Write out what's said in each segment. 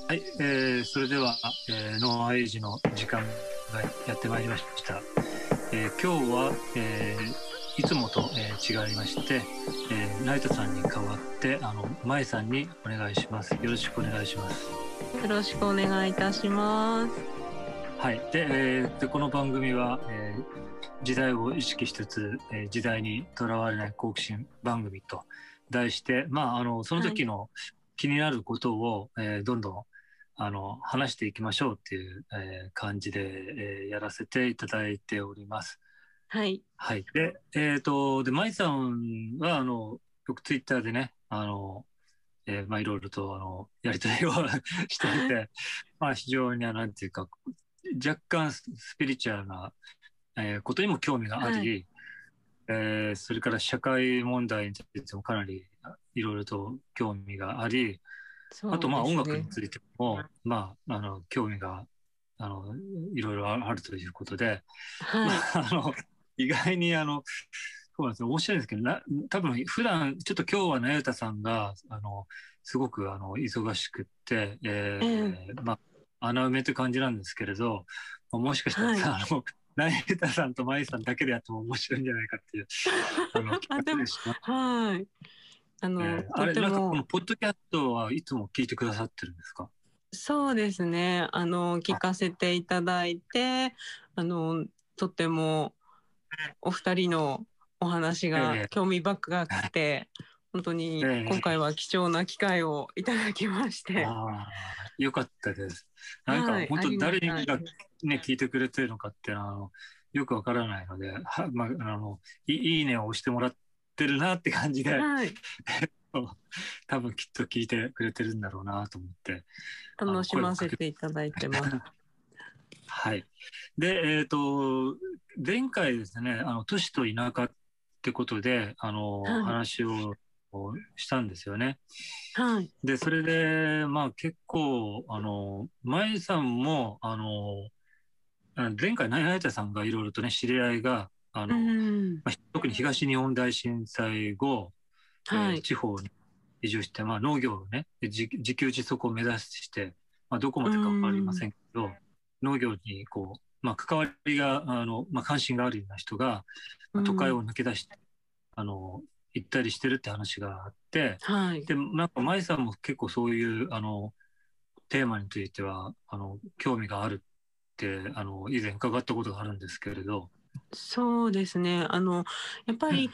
はい、それでは、ノアエイジの時間がやってまいりました。今日は、いつもと、違いまして、成田さんに代わって舞さんにお願いします。よろしくお願いします。 よろしくお願いいたします。 はい。で、この番組は、時代を意識しつつ、時代にとらわれない好奇心番組と題して、その時の気になることを、どんどん話していきましょうっていう、感じで、やらせていただいております。 はい。 はい。で、舞さんは、よくツイッターでね、いろいろと、やりとりをしていて、非常に、なんていうか、若干スピリチュアルな、ことにも興味があり、それから社会問題についてもかなりいろいろと興味があり、あと音楽についても、興味が、いろいろあるということで、意外にそうなんですよ。面白いんですけど、多分普段、ちょっと今日は成田さんが、すごく忙しくって、穴埋めって感じなんですけれど、もしかしたらさ、成田さんと舞さんだけでやっても面白いんじゃないかっていう、 でも、はい。 あれ、なんかこのポッドキャストはいつも聞いてくださってるんですか？ そうですね。聞かせていただいて、とてもお二人のお話が興味深くて、本当に今回は貴重な機会をいただきまして。 よかったです。なんか本当誰がね、聞いてくれてるのかってよくわからないので、いいねを押してもらってるなって感じで、多分きっと聞いてくれてるんだろうなと思って。 楽しませていただいてます。 はい。で、前回ですね、都市と田舎ってことで、話をしたんですよね。 はい。 で、それで、結構、舞さんも、前回、成田さんがいろいろとね、知り合いが、特に東日本大震災後、地方に移住して、農業をね、自給自足を目指して、どこまでかわかりませんけど、農業に関わりが、関心があるような人が、都会を抜け出して、行ったりしてるって話があって、で、なんか舞さんも結構そういう、テーマについては、興味があるって、以前伺ったことがあるんですけれど。 そうですね。やっぱり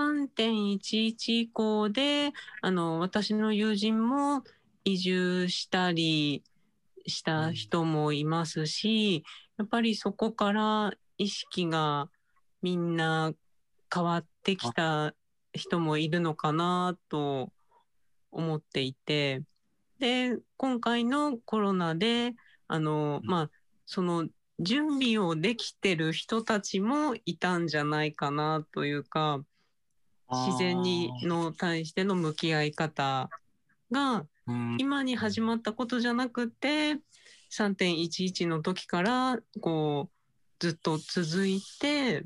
3.11以降で、私の友人も移住したりした人もいますし、やっぱりそこから意識がみんな変わってきた人もいるのかなと思っていて、で、今回のコロナで、その準備をできてる人たちもいたんじゃないかなというか、自然の対しての向き合い方が今に始まったことじゃなくて、3.11 の時からずっと続いて、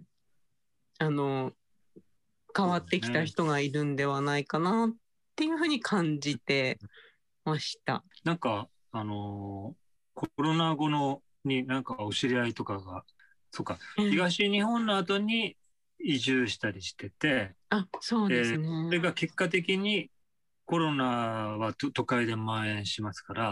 変わってきた人がいるんではないかなっていうふうに感じてました。 なんか、コロナ後になんかお知り合いとかが、そうか、東日本の後に移住したりしてて、 そうですね。 それが結果的にコロナは都会で蔓延しますから、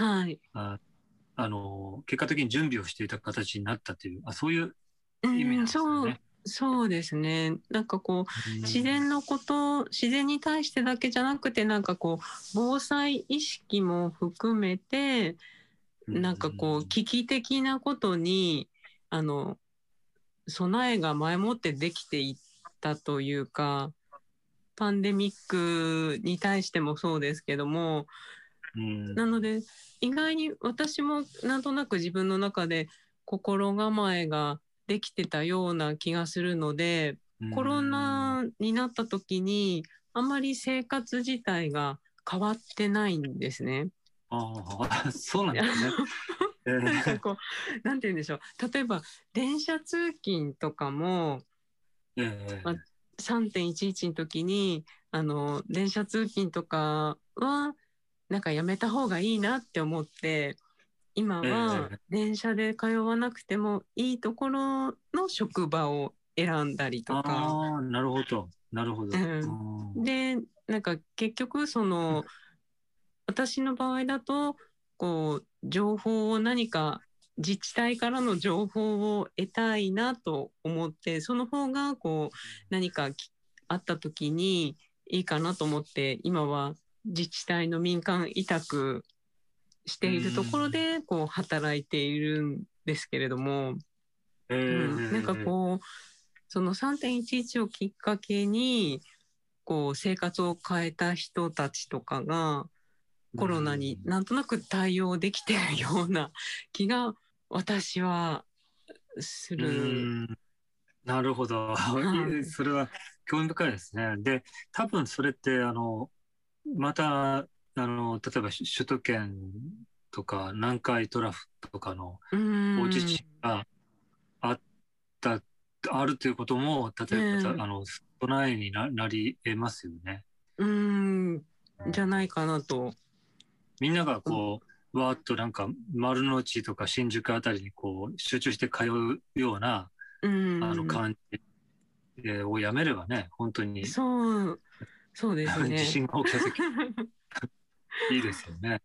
結果的に準備をしていた形になったという、そういう意味なんですよね。 そうですね。なんか自然に対してだけじゃなくて、防災意識も含めて、危機的なことに、備えが前もってできていったというか、パンデミックに対してもそうですけども、なので、意外に私もなんとなく自分の中で心構えができてたような気がするので、コロナになった時にあんまり生活自体が変わってないんですね。 そうなんですね。 なんかなんて言うんでしょう。例えば電車通勤とかも、3.11の時に電車通勤とかはなんかやめた方がいいなって思って、今は電車で通わなくてもいいところの職場を選んだりとか。 ああ、なるほど。なるほど。 で、なんか結局私の場合だと、こう、情報を何か自治体からの情報を得たいなと思って、その方がこう、何かあった時にいいかなと思って、今は自治体の民間委託しているところでこう働いているんですけれども、なんかこうその 3.11 をきっかけにこう生活を変えた人たちとかがコロナになんとなく対応できてるような気が私はする。 なるほど。それは興味深いですね。で、多分それってまた例えば首都圏とか南海トラフとかの大地震があるということも、例えば、備えになり得ますよね。 じゃないかなと。 みんながこう、わーっとなんか丸の内とか新宿あたりにこう集中して通うような、感じをやめればね、本当に。 そうですね。 地震が起きた時いいですよね。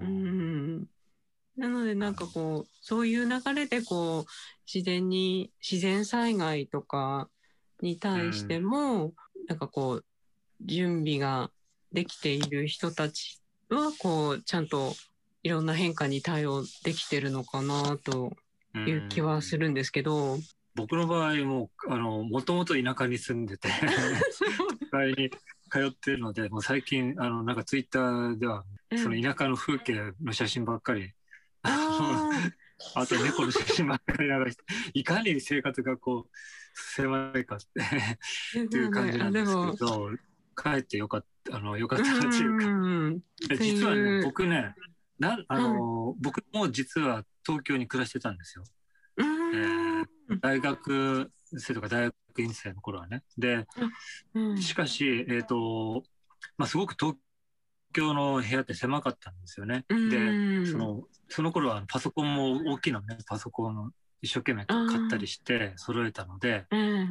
なのでなんかこうそういう流れでこう自然災害とかに対しても、なんかこう準備ができている人たちはこうちゃんといろんな変化に対応できてるのかなという気はするんですけど、 僕の場合ももともと田舎に住んでて都会に通ってるので、もう最近なんかツイッターではその田舎の風景の写真ばっかり、あと猫の写真ばっかり流して、いかに生活がこう狭いかっていう感じなんですけど、帰ってよかったなっていうか、実はね、僕ね、僕も実は東京に暮らしてたんですよ。大学生とか大学院生の頃はね。で、しかし、すごく東京の部屋って狭かったんですよね。で、その頃はパソコンも大きなね、パソコンを一生懸命買ったりして揃えたので、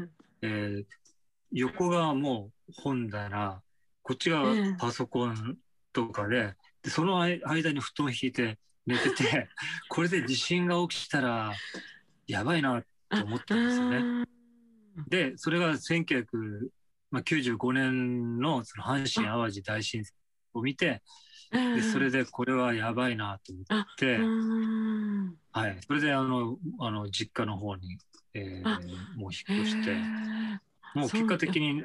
横がもう本棚、こっちがパソコンとかで、その間に布団引いて寝てて、これで地震が起きたらやばいなと思ったんですよね。で、それが1995年のその阪神・淡路大震災を見て、でそれでこれはやばいなと思って、はい、それで実家の方に、もう引っ越して、もう結果的に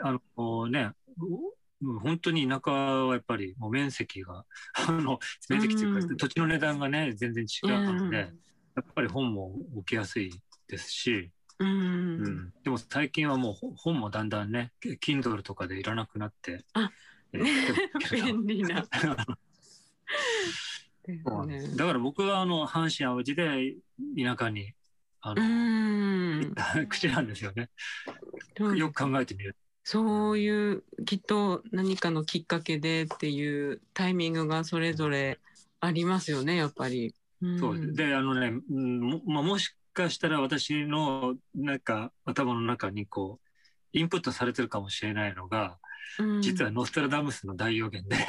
本当に田舎はやっぱりもう面積が面積というか土地の値段がね全然違うので、やっぱり本も置きやすいですし、でも最近はもう本もだんだんね Kindle とかでいらなくなって、 便利なだから僕は阪神・淡路で田舎に口なんですよね。よく考えてみる。 そういうきっと何かのきっかけでっていうタイミングがそれぞれありますよね、やっぱり。 そうでもしかしたら私のなんか頭の中にこうインプットされてるかもしれないのが、実はノストラダムスの大予言で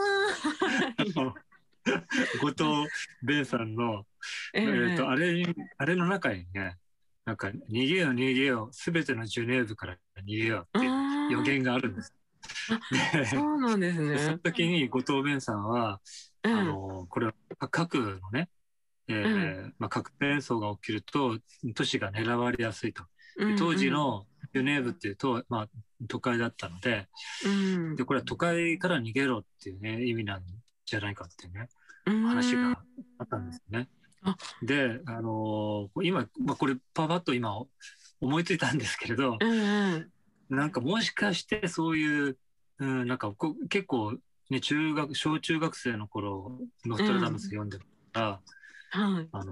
後藤弁さんの、あれの中にね、なんか逃げよう逃げよう、すべてのジュネーブから逃げようっていう予言があるんです。 そうなんですね。 その時に後藤弁さんは、これは核のね、核戦争が起きると都市が狙われやすいと。当時のジュネーブっていうと、都会だったので、でこれは都会から逃げろっていうね意味なんじゃないかっていうね話があったんですよね。で、今、これパパッと今思いついたんですけれど、なんかもしかしてそういう、なんか結構ね小中学生の頃ノストラダムス読んでるから、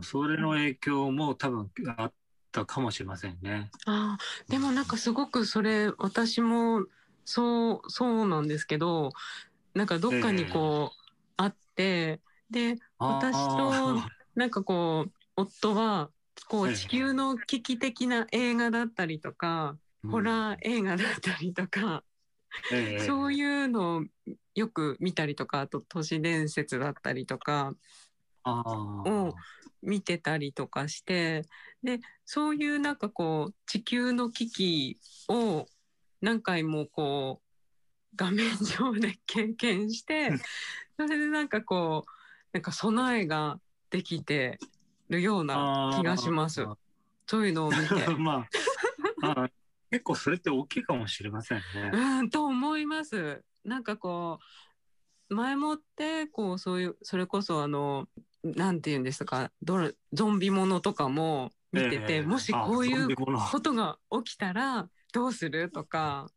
それの影響も多分あったかもしれませんね。 でもなんかすごくそれ私もそうなんですけど、なんかどっかにこうあって、で私とあなんかこう夫はこうええ地球の危機的な映画だったりとか、ホラー映画だったりとか、そうええいうのをよく見たりとか、あと都市伝説だったりとかあをあ、 見てたりとかして、でそういうなんかこう地球の危機を何回もこう画面上で経験して、それでなんかこうなんか備えができてるような気がします。 あそういうのを見て。 あ、まあ、結構それって大きいかもしれませんね。 と思います。なんかこう前もってこうそういうそれこそなんて言うんですか、ゾンビものとかも見てて、もしこういうゾンビもの。 ことが起きたらどうするとか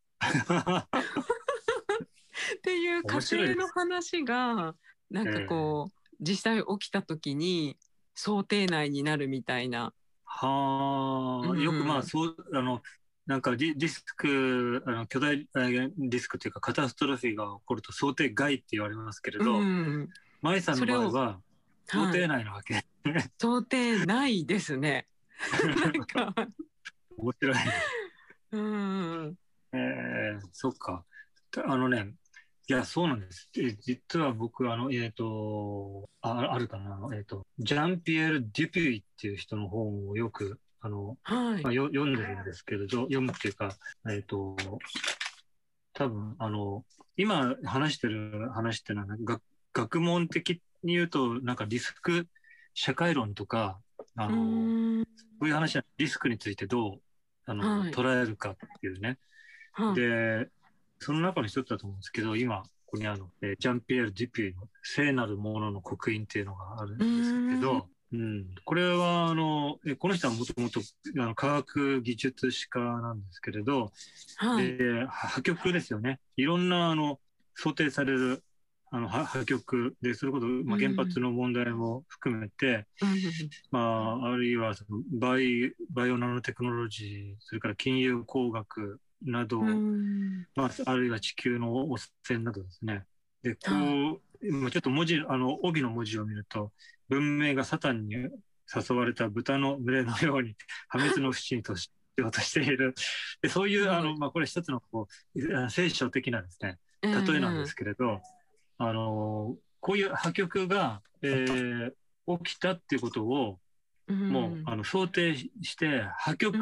っていう面仮定の白いです。 話がなんかこう実際起きた時に想定内になるみたいな。うはあ、よくまあん、 そう、なんかリスク、巨大リスクというかカタストロフィーが起こると想定外って言われますけれうど、 ん、 舞さんのそれを、 場合は想定はい、 内なわけ。 想定ないですね。なんか、 面白いね。 うん、 そっか。あのね、いや、そうなんです。実は僕、あるかな、ジャンピエール・デュピュイっていう人の本をよく、 はい、 読んでるんですけれど、読むっていうか、えっと、多分、今話してる話ってのは、学問的に言うと、なんかリスク社会論とか、 うん、 そういう話はリスクについてどう、 はい、 捉えるかっていうね。 はい、 で、その中の一つだと思うんですけど、今、ここにジャンピエール・デュピュイの聖なるものの刻印っていうのがあるうんですけん、 ど、うん、これは、この人はもともと科学技術史家なんですけれど、 はい、 で、破局ですよね。いろんな、想定される、破局で、それこそ、まあ、原うん、 発の問題も含めて、 うん、 まあ、あるいはそのバイオナノテクノロジー、それから金融工学なうど、 ん、 まあ、あるいは地球の汚染などですね。で、こはい、 う、今ちょっと帯の文字を見ると、文明がサタンに誘われた豚の群れのように破滅の淵にとしようとしている。で、そういう、 はい、 まあ、これ一つの聖書的なですね、 う例えなんでん、 すけれど、こういう破局が、起きたっていうことを、 うもうん、 想定して破うん、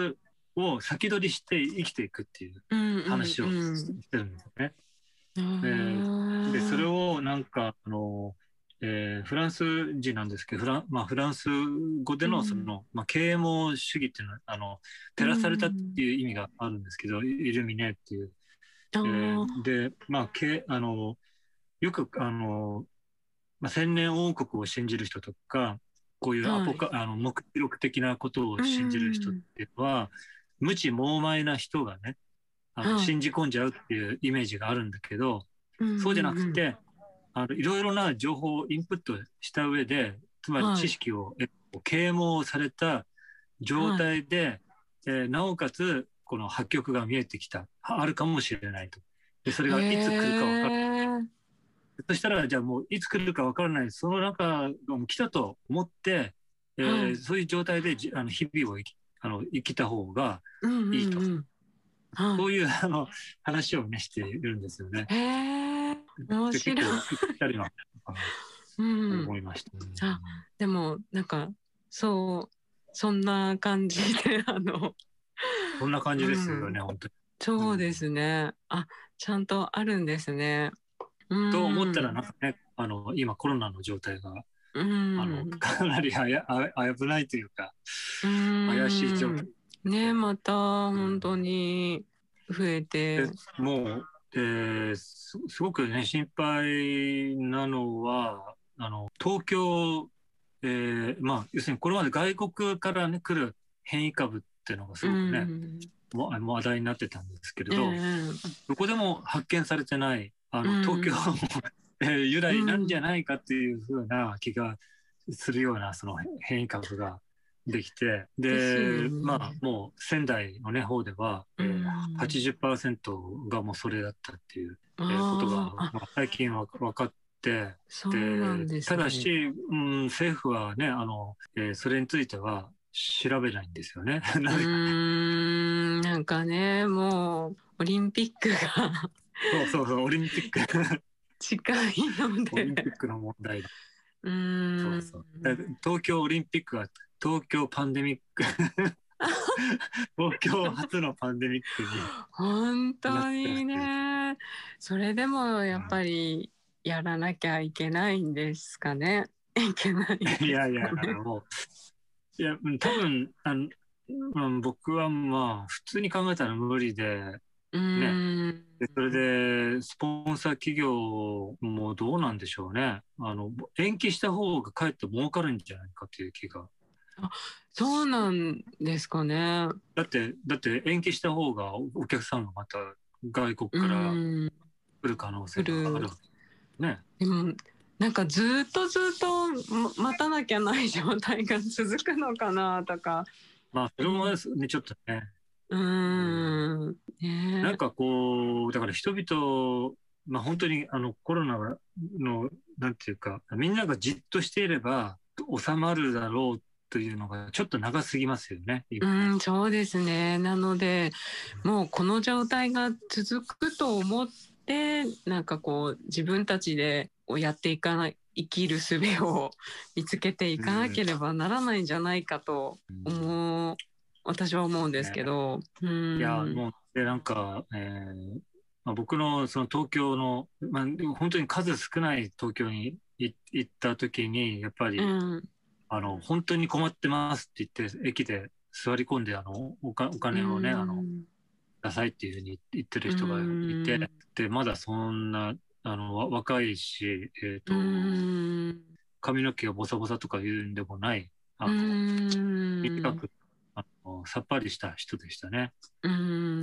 局を先取りして生きていくっていううん、 話をうん、 してるんですよね。 うでそれん、 をなんかフランス人なんですけどまあ、フランス語でのまあ、啓蒙主義っていうのはう照らされたっん、 ていう意味があるんですけどイルミネっていう。 ああ、 でまあよくまあ、千年王国を信じる人とか、こういうはい、 目録的なことをう信じる人っん、 ていうのは、無知猛昧な人がね、 はい、 信じ込んじゃうっていうイメージがあるんだけど、 うん、 そうじゃなうん、 くて、いろいろな情報をインプットした上で、つまりはい、 知識を啓蒙された状はい、 態で、なおかつ、この破局が見えてきた、あるかもしれないと。で、それへがいつ来るか分からない。 え、 そしたら、じゃあもういつ来るかわからない、その中が来たと思って、 はい、 そういう状態で日々を生きた方がうん、 いいと。 うん、うん、はい、 そういう話をね、しているんですよね。 へえ、面で、結白い。 構ぴったりなのかなうとん。 思いました。 あ、でもなんかそんな感じでこんな感じですようん、 ね、本当に。 そうですね。あ、ちゃんとあるんですね。うと思ったら、 ん、 なんかね、今コロナの状態が、 うん、 かなり危ないというか、 う怪しい状態ん。ね、 で、 また本当うんに増えでて、 もう、すごくね、心配なのは、東京、まあ、要するにこれまで外国からね、来る変異株っていうのがすうごくね、 ん、 もう話題になってたんですけれえど、 え、 どこでも発見されてない、 う東京ん、 由う来なんじゃん、 ないかっていうふうな気がするような、その変異株ができて、 ですよで、まあ、 ね。 もう仙台のね、方では、 うん、 80%がもうそれだったっていう、ことが、 ああ、 まあ、最近分かって、 そうなんですね。 ただし、政府はね、それについては調べないんですよね。なぜかね。 なんかね、もうオリンピックがそうそうそう、オリンピック近いのオリンで、 ピックの問題が。 うーそうそう。東京オリンピックは東京パンデミック東京初のパンデミックに本なっ当にてますけど。 ね、それでもやっぱりやらなきゃいけないんですかね。いけないんですいやいや、 かね。 もう、いや、多分、僕はまあ、普通に考えたら無理で、 うね。 ーん。 で、それで、スポンサー企業もどうなんでしょうね。延期した方がかえって儲かるんじゃないかという気が。 あ、そうなんですかね。 だって延期した方がお客さんがまた外国うからーん。 来る可能性来る。 があるわけね。 でもなんかずっと待たなきゃない状態が続くのかなとか。 まあ、それもね、ちょっとね、 うーん。ね。 なんかこう、だから人々、まあ本当にコロナの、なんていうか、みんながじっとしていれば収まるだろうというのがちょっと長すぎますよね、今ね。 そうですね。なので、もうこの状態が続くと思って、なんかこう自分たちでやっていかない、生きる術を見つけていかなければならないんじゃないかと私は思うんですけね、 ど。 いや、もう、で、なんか、まあ、僕のその東京の、まあ、でも本当に数少ない東京に行った時に、やっぱうり、 ん。 本当に困ってますって言って、駅で座り込んで、おう金をね、 ん。 くださいっていうふうに言ってるう人がいて、 ん。 で、まだそんな、若いし、 うん。 髪の毛がボサボサとか言うんでもない、 う短ん。 く、さっぱりした人でしたね。 うん。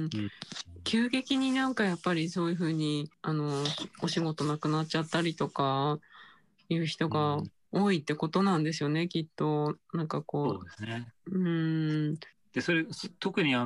うん。 急激になんかやっぱりそういうふうにお仕事なくなっちゃったりとかいう人がうん、 多いってことなんですよね、きっと。なんかこそうですね。 う、 で、それ、特に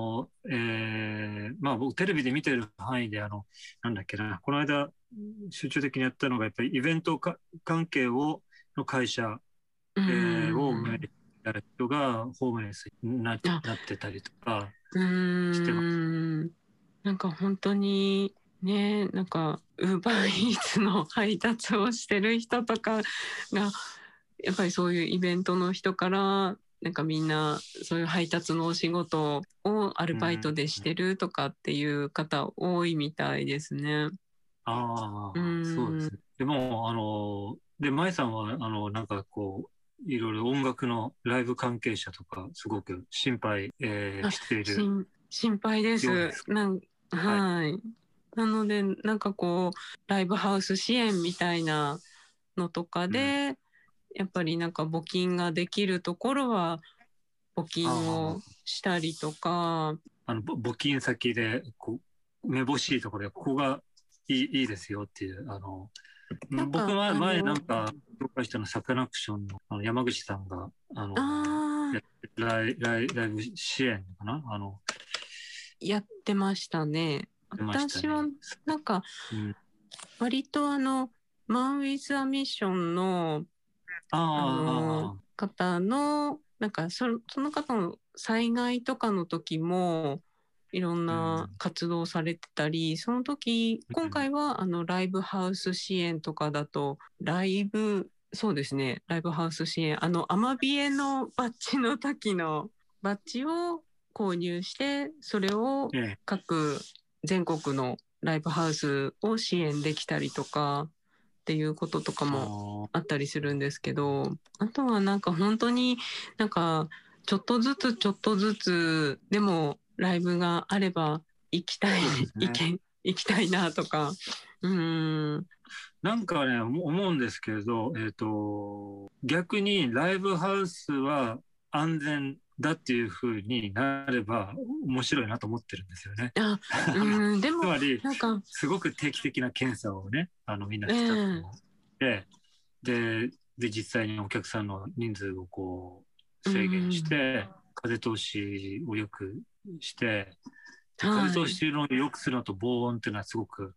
まあ僕テレビで見てる範囲で、なんだっけな、この間、集中的にやったのが、やっぱりイベント関係の会社、 うを運営しん、 てた人がホームレスにあ、 なってたりとかうしてます。 ん、なんか本当にね、なんかウーバーイーツの配達をしてる人とかがやっぱりそういうイベントの人からなんかみんなそういう配達のお仕事をアルバイトうん。 でしてるとかっていう方多いみたいですね。うああ、そうでん。 すね。でも、で、舞さんは、なんかこう、いろいろ音楽のライブ関係者とか、すごく心配、 あ、 している心配です。 ようです。はい。 はい。なので、なんかこう、ライブハウス支援みたいなのとかうん。 で、やっぱりなんか募金ができるところは募金をあしたりとか、 募金先で、こう、めぼしいところで、ここがいいですよっていう、 なんか僕は前なんか、紹介したのサカナクションの、山口さんが、 あやってライブ支援かなやってましたね。 出ました私はね。 なんかうん。 割とマン・ウィズ・ア・ミッションのあ方のなんかその方の災害とかの時もいろんあ、うなん。 活動されてたり、その時今うん。 回はライブハウス支援とかだとそうですね、ライブハウス支援アマビエのバッジの時のバッジを購入してそれをええ。 各全国のライブハウスを支援できたりとかっていうこととかあもあ、 あったりするんですけど、あとはなんか本当になんかちょっとずつでもライブがあれば行きたいそうですね。 行きたいなとか。うーん。 なんかね、思うんですけれど、逆にライブハウスは安全だっていうふうになれば面白いなと思ってるんですよね。 あ、でもつまり、 なんか、 すごく定期的な検査をね、みんなしたとえ思って、実際にお客さんの人数をこうう制限しん、 て、風通しを良くして、で風はい。 通しを良くするのと防音っていうのはすごく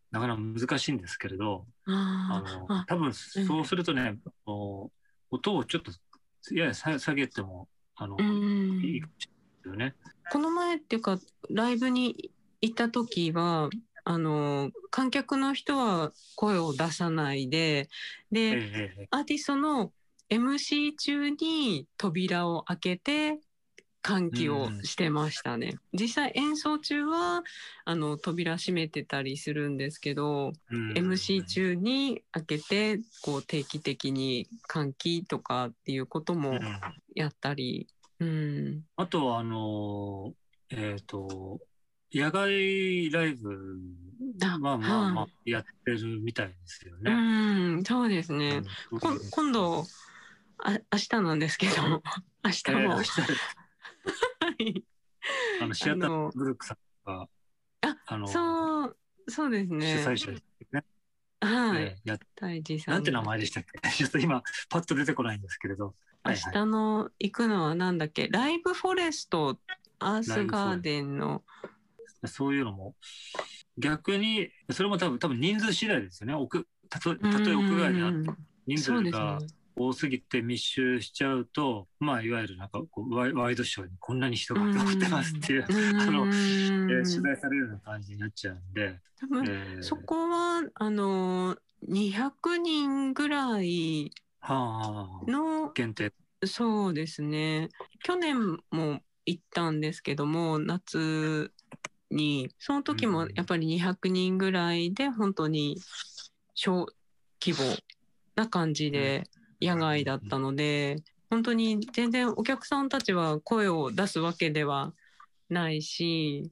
なかなか難しいんですけれど、 あ多分そうするとね、音をちょっとやや下げてもいいかもしれないですよね。 この前っていうかライブに行った時は観客の人は声を出さないでアーティストの MC 中に扉を開けて換気をしてましたね。実際演奏中は扉閉めてたりするんですけど、MC 中に開けてこう定期的に換気とかっていうこともやったり、 あとは野外ライブはやってるみたいですよね。 そうですね。今度明日なんですけど明日も、 シアターブルックさんがそうですね。 主催者ですね。 はい。 なんて名前でしたっけ？ちょっと今パッと出てこないんですけれど。 明日の行くのはなんだっけ？ライブフォレスト、アースガーデンの。 そういうのも逆にそれも多分人数次第ですよね。たとえ屋外であって人数が多すぎて密集しちゃうと、いわゆるなんかこうワイドショーにこんなに人が集まってますっていう取材されるような感じになっちゃうんで、 そこは200人ぐらいの限定。 そうですね。去年も行ったんですけども、夏にその時もやっぱり200人ぐらいで本当に小規模な感じで野外だったので、本当に全然お客さんたちは声を出すわけではないし、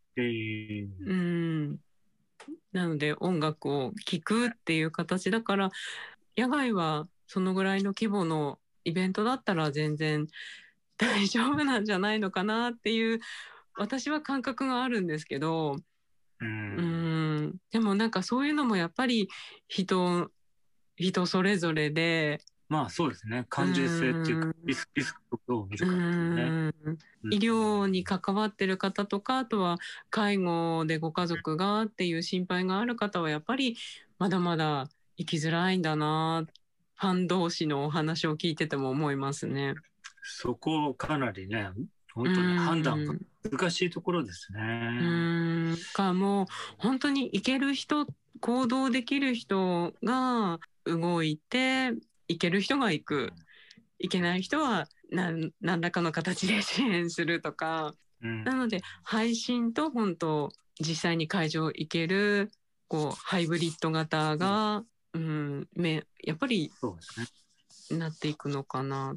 なので音楽を聴くっていう形だから、野外はそのぐらいの規模のイベントだったら全然大丈夫なんじゃないのかなっていう私は感覚があるんですけど、でもなんかそういうのもやっぱり人それぞれで、 そうですね。感受性っていうかリスクを見るかっていうね。 医療に関わってる方とか、あとは介護でご家族がっていう心配がある方はやっぱりまだまだ生きづらいんだな、ファン同士のお話を聞いてても思いますね。 そこかなりね、本当に判断が難しいところですね。 もう本当に行ける人、行動できる人が動いて、行ける人が行く、行けない人は何らかの形で支援するとか、なので配信と本当実際に会場行けるこうハイブリッド型が、やっぱりなっていくのかなって。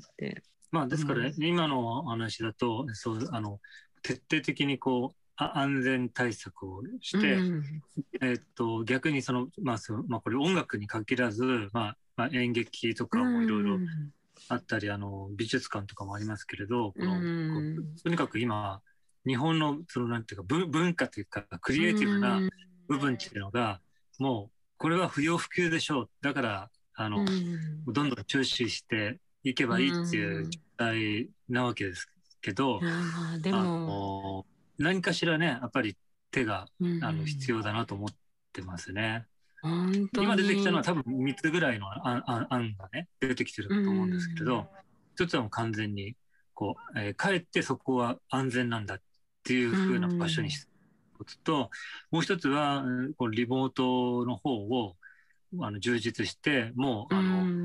ですから、今の話だと徹底的にこう安全対策をして、逆にこれ音楽に限らず、演劇とかもいろいろあったり、美術館とかもありますけれど、とにかく今日本のなんていうか文化というかクリエイティブな部分っていうのがもうこれは不要不急でしょう、だからどんどん注視していけばいいっていう状態なわけですけど、 でも何かしらねやっぱり手が必要だなと思ってますね。今出てきたのは多分3つぐらいの案がね出てきてると思うんですけれど、一つはもう完全にこう、かえってそこは安全なんだっていう風な場所にすることと、もう一つはこのリモートの方を充実して、もうア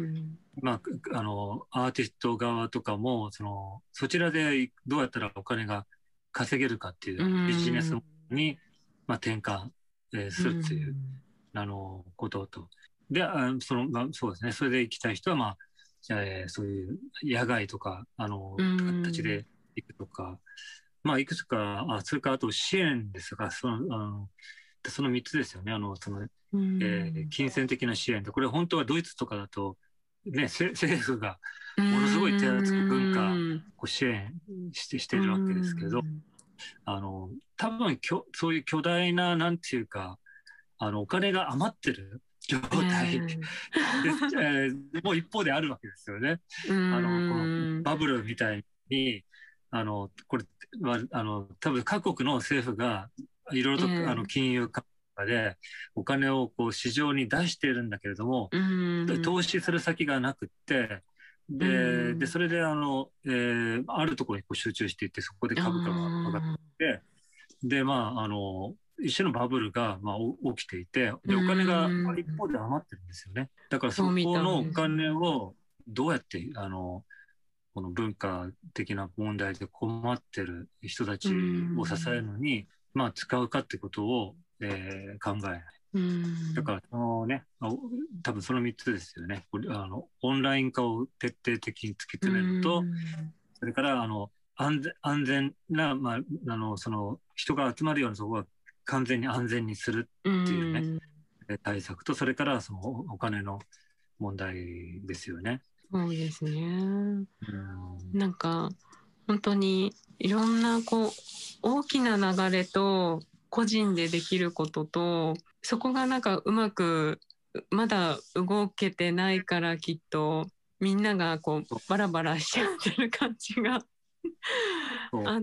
ーティスト側とかもそちらでどうやったらお金が稼げるかっていうビジネスに転換するっていうことと、でそうですね、それで行きたい人はそういう野外とか形で行くとか、いくつかそれからあと支援ですがその3つですよね。金銭的な支援で、これ本当はドイツとかだと、ね、政府がものすごい手厚く文化を支援しているわけですけど、多分そういう巨大ななんていうかお金が余ってる状態で、もう一方であるわけですよね。このバブルみたいにこれは多分各国の政府がいろいろと金融かでお金をこう市場に出しているんだけれども、投資する先がなくって、でそれであるところにこう集中していって、そこで株価が上がって、で一種のバブルが起きていて、でお金が一方で余ってるんですよね。だからそこのお金をどうやってこの文化的な問題で困ってる人たちを支えるのに、使うかってことを、考えない。だから多分その3つですよね。オンライン化を徹底的に突き詰めると、それから安全な、その人が集まるようなところは完全に安全にするっていうね、対策と、それからそのお金の問題ですよね。 そうですね。なんか本当にいろんなこう大きな流れと個人でできることと、そこがなんかうまくまだ動けてないから、きっとみんながこうバラバラしちゃってる感じがあって、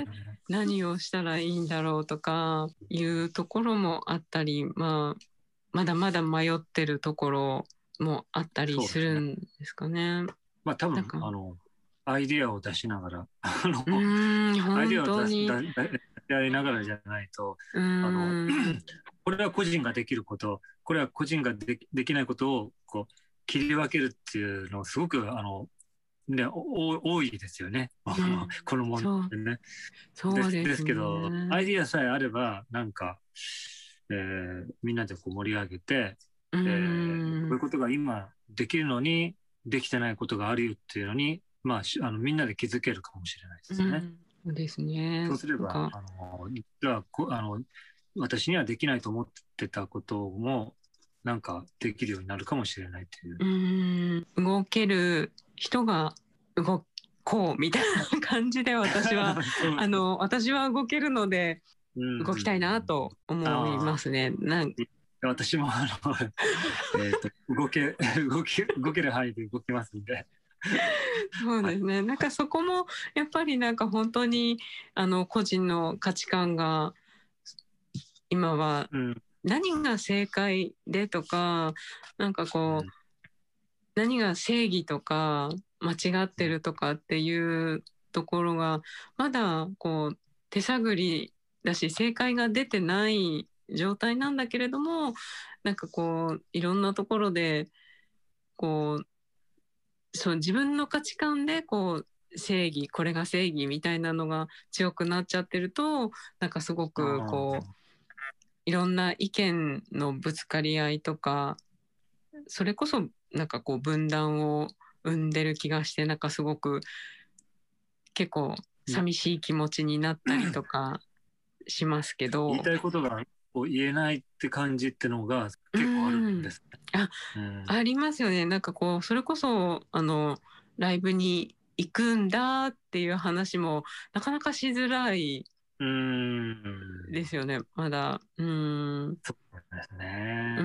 何をしたらいいんだろうとかいうところもあったり、まだまだ迷ってるところもあったりするんですかね。 多分アイディアを出しながらアイディアを出し合いながらじゃないと、これは個人ができること、これは個人ができないことをこう切り分けるっていうのすごく多いですよね、この問題ね。ですけど、アイディアさえあればなんか、みんなでこう盛り上げて、こういうことが今できるのにできてないことがあるよっていうのに、みんなで気づけるかもしれないですよね。 そうですね。 そうすれば実は私にはできないと思ってたこともなんかできるようになるかもしれないという。 動ける人が動こうみたいな感じで私は私は動けるので動きたいなと思いますね。 私も動ける範囲で動きますんで。 そうですね。なんかそこもやっぱりなんか本当に個人の価値観が今は何が正解でとか、なんかこう、何が正義とか間違ってるとかっていうところがまだこう手探りだし、正解が出てない状態なんだけれども、なんかこういろんなところでこうそう自分の価値観でこう正義、これが正義みたいなのが強くなっちゃってると、なんかすごくこういろんな意見のぶつかり合いとか、それこそなんかこう分断を生んでる気がして、なんかすごく結構寂しい気持ちになったりとかしますけど、 言いたいことが言えないって感じってのが結構あるんですね。 ありますよね。なんかこうそれこそライブに行くんだっていう話もなかなかしづらいですよね、まだ。 そうですね。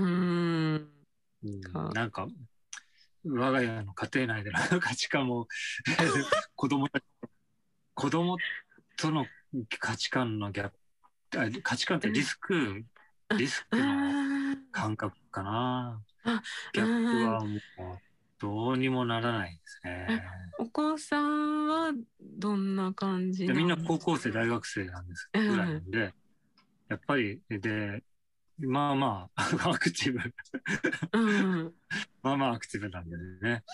なんか我が家の家庭内での価値観も子供との価値観のギャップ、価値観ってリスクの感覚かな。ギャップはもうどうにもならないですね。 お子さんはどんな感じみんな高校生大学生なんですぐらいなんで、やっぱりアクティブアクティブなんだよね。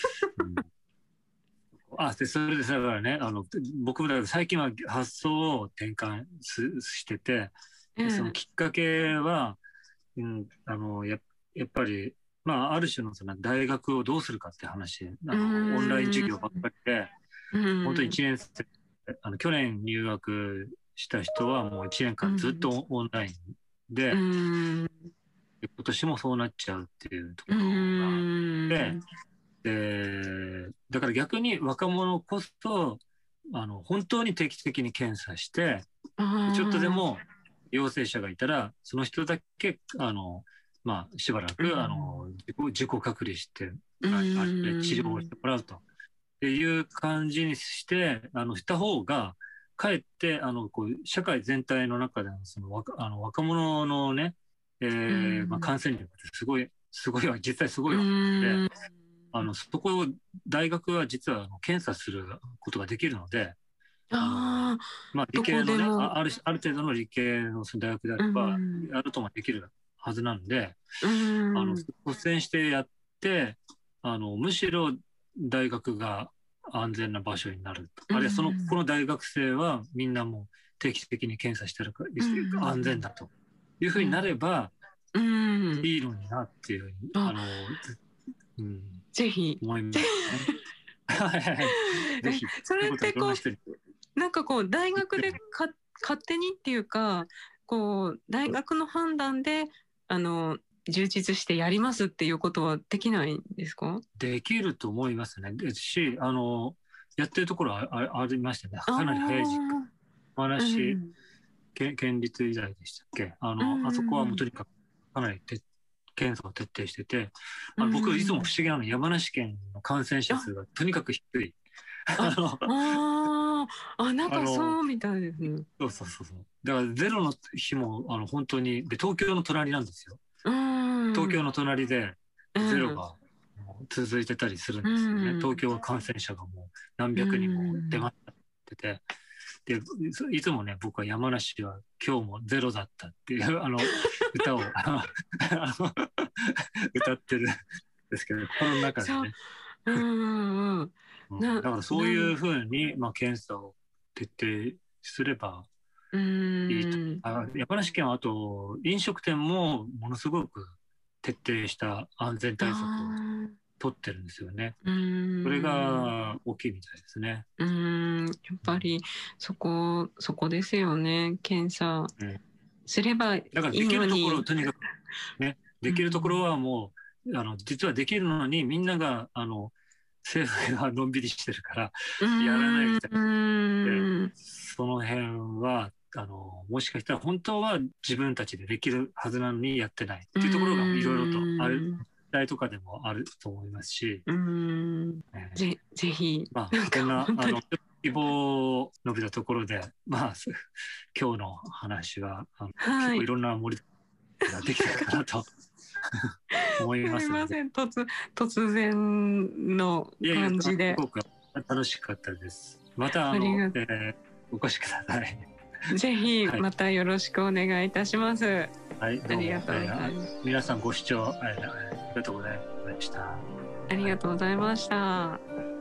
それでだからね、僕も最近は発想を転換してて、そのきっかけは、やっぱり、ある種のその大学をどうするかって話、オンライン授業ばっかりで、本当に1年生、去年入学した人はもう1年間ずっとオンラインで、今年もそうなっちゃうっていうところがあって、だから逆に若者こそ本当に定期的に検査して、ちょっとでも陽性者がいたらその人だけしばらく自己隔離して治療をしてもらうという感じにしてした方がかえってこう社会全体の中でのその若者のね、感染力ってすごい実際すごいわけで、そこを大学は実は検査することができるので、理系のね、ある程度の理系の大学であれば、やるともできるはずなんで、率先してやって、むしろ大学が安全な場所になる。あるいはこの大学生はみんなもう定期的に検査してるから安全だというふうになればいいのになっていうふうに、 ぜひ思いますね。ぜひ。 それってこうなんかこう大学で勝手にっていうか、こう大学の判断で充実してやりますっていうことはできないんですか？できると思いますね。ですし、やってるところは ありましたね。かなり早い時間。話、県立医大でしたっけ？あそこはもうとにかくかなり検査を徹底してて、僕いつも不思議なの、山梨県の感染者数がとにかく低い。 なんかそうみたいですね。 そう。だからゼロの日も本当にで東京の隣なんですよ。東京の隣でゼロが続いてたりするんですよね。東京は感染者がもう何百人も出まってて、でいつもね、僕は山梨は今日もゼロだったっていう歌を歌ってるんですけど、心の中でね。だからそういうふうに、検査を徹底すればいいと。山梨県はあと飲食店もものすごく徹底した安全対策を取ってるんですよね。それが大きいみたいですね。 やっぱりそこですよね。検査すればいいのに。 だからできるところとにかくね、できるところはもう実はできるのにみんなが政府がのんびりしてるからやらないみたいな。その辺はもしかしたら本当は自分たちでできるはずなのにやってないっていうところがいろいろとある時代とかでもあると思いますし、 ぜひそんな希望を述べたところで、今日の話は結構いろんな盛りができたかなと思いますので。 すみません、突然の感じで。 すごく楽しかったです。またお越しください。 ぜひまたよろしくお願いいたします。はい、 ありがとうございます。皆さんご視聴ありがとうございました。 ありがとうございました。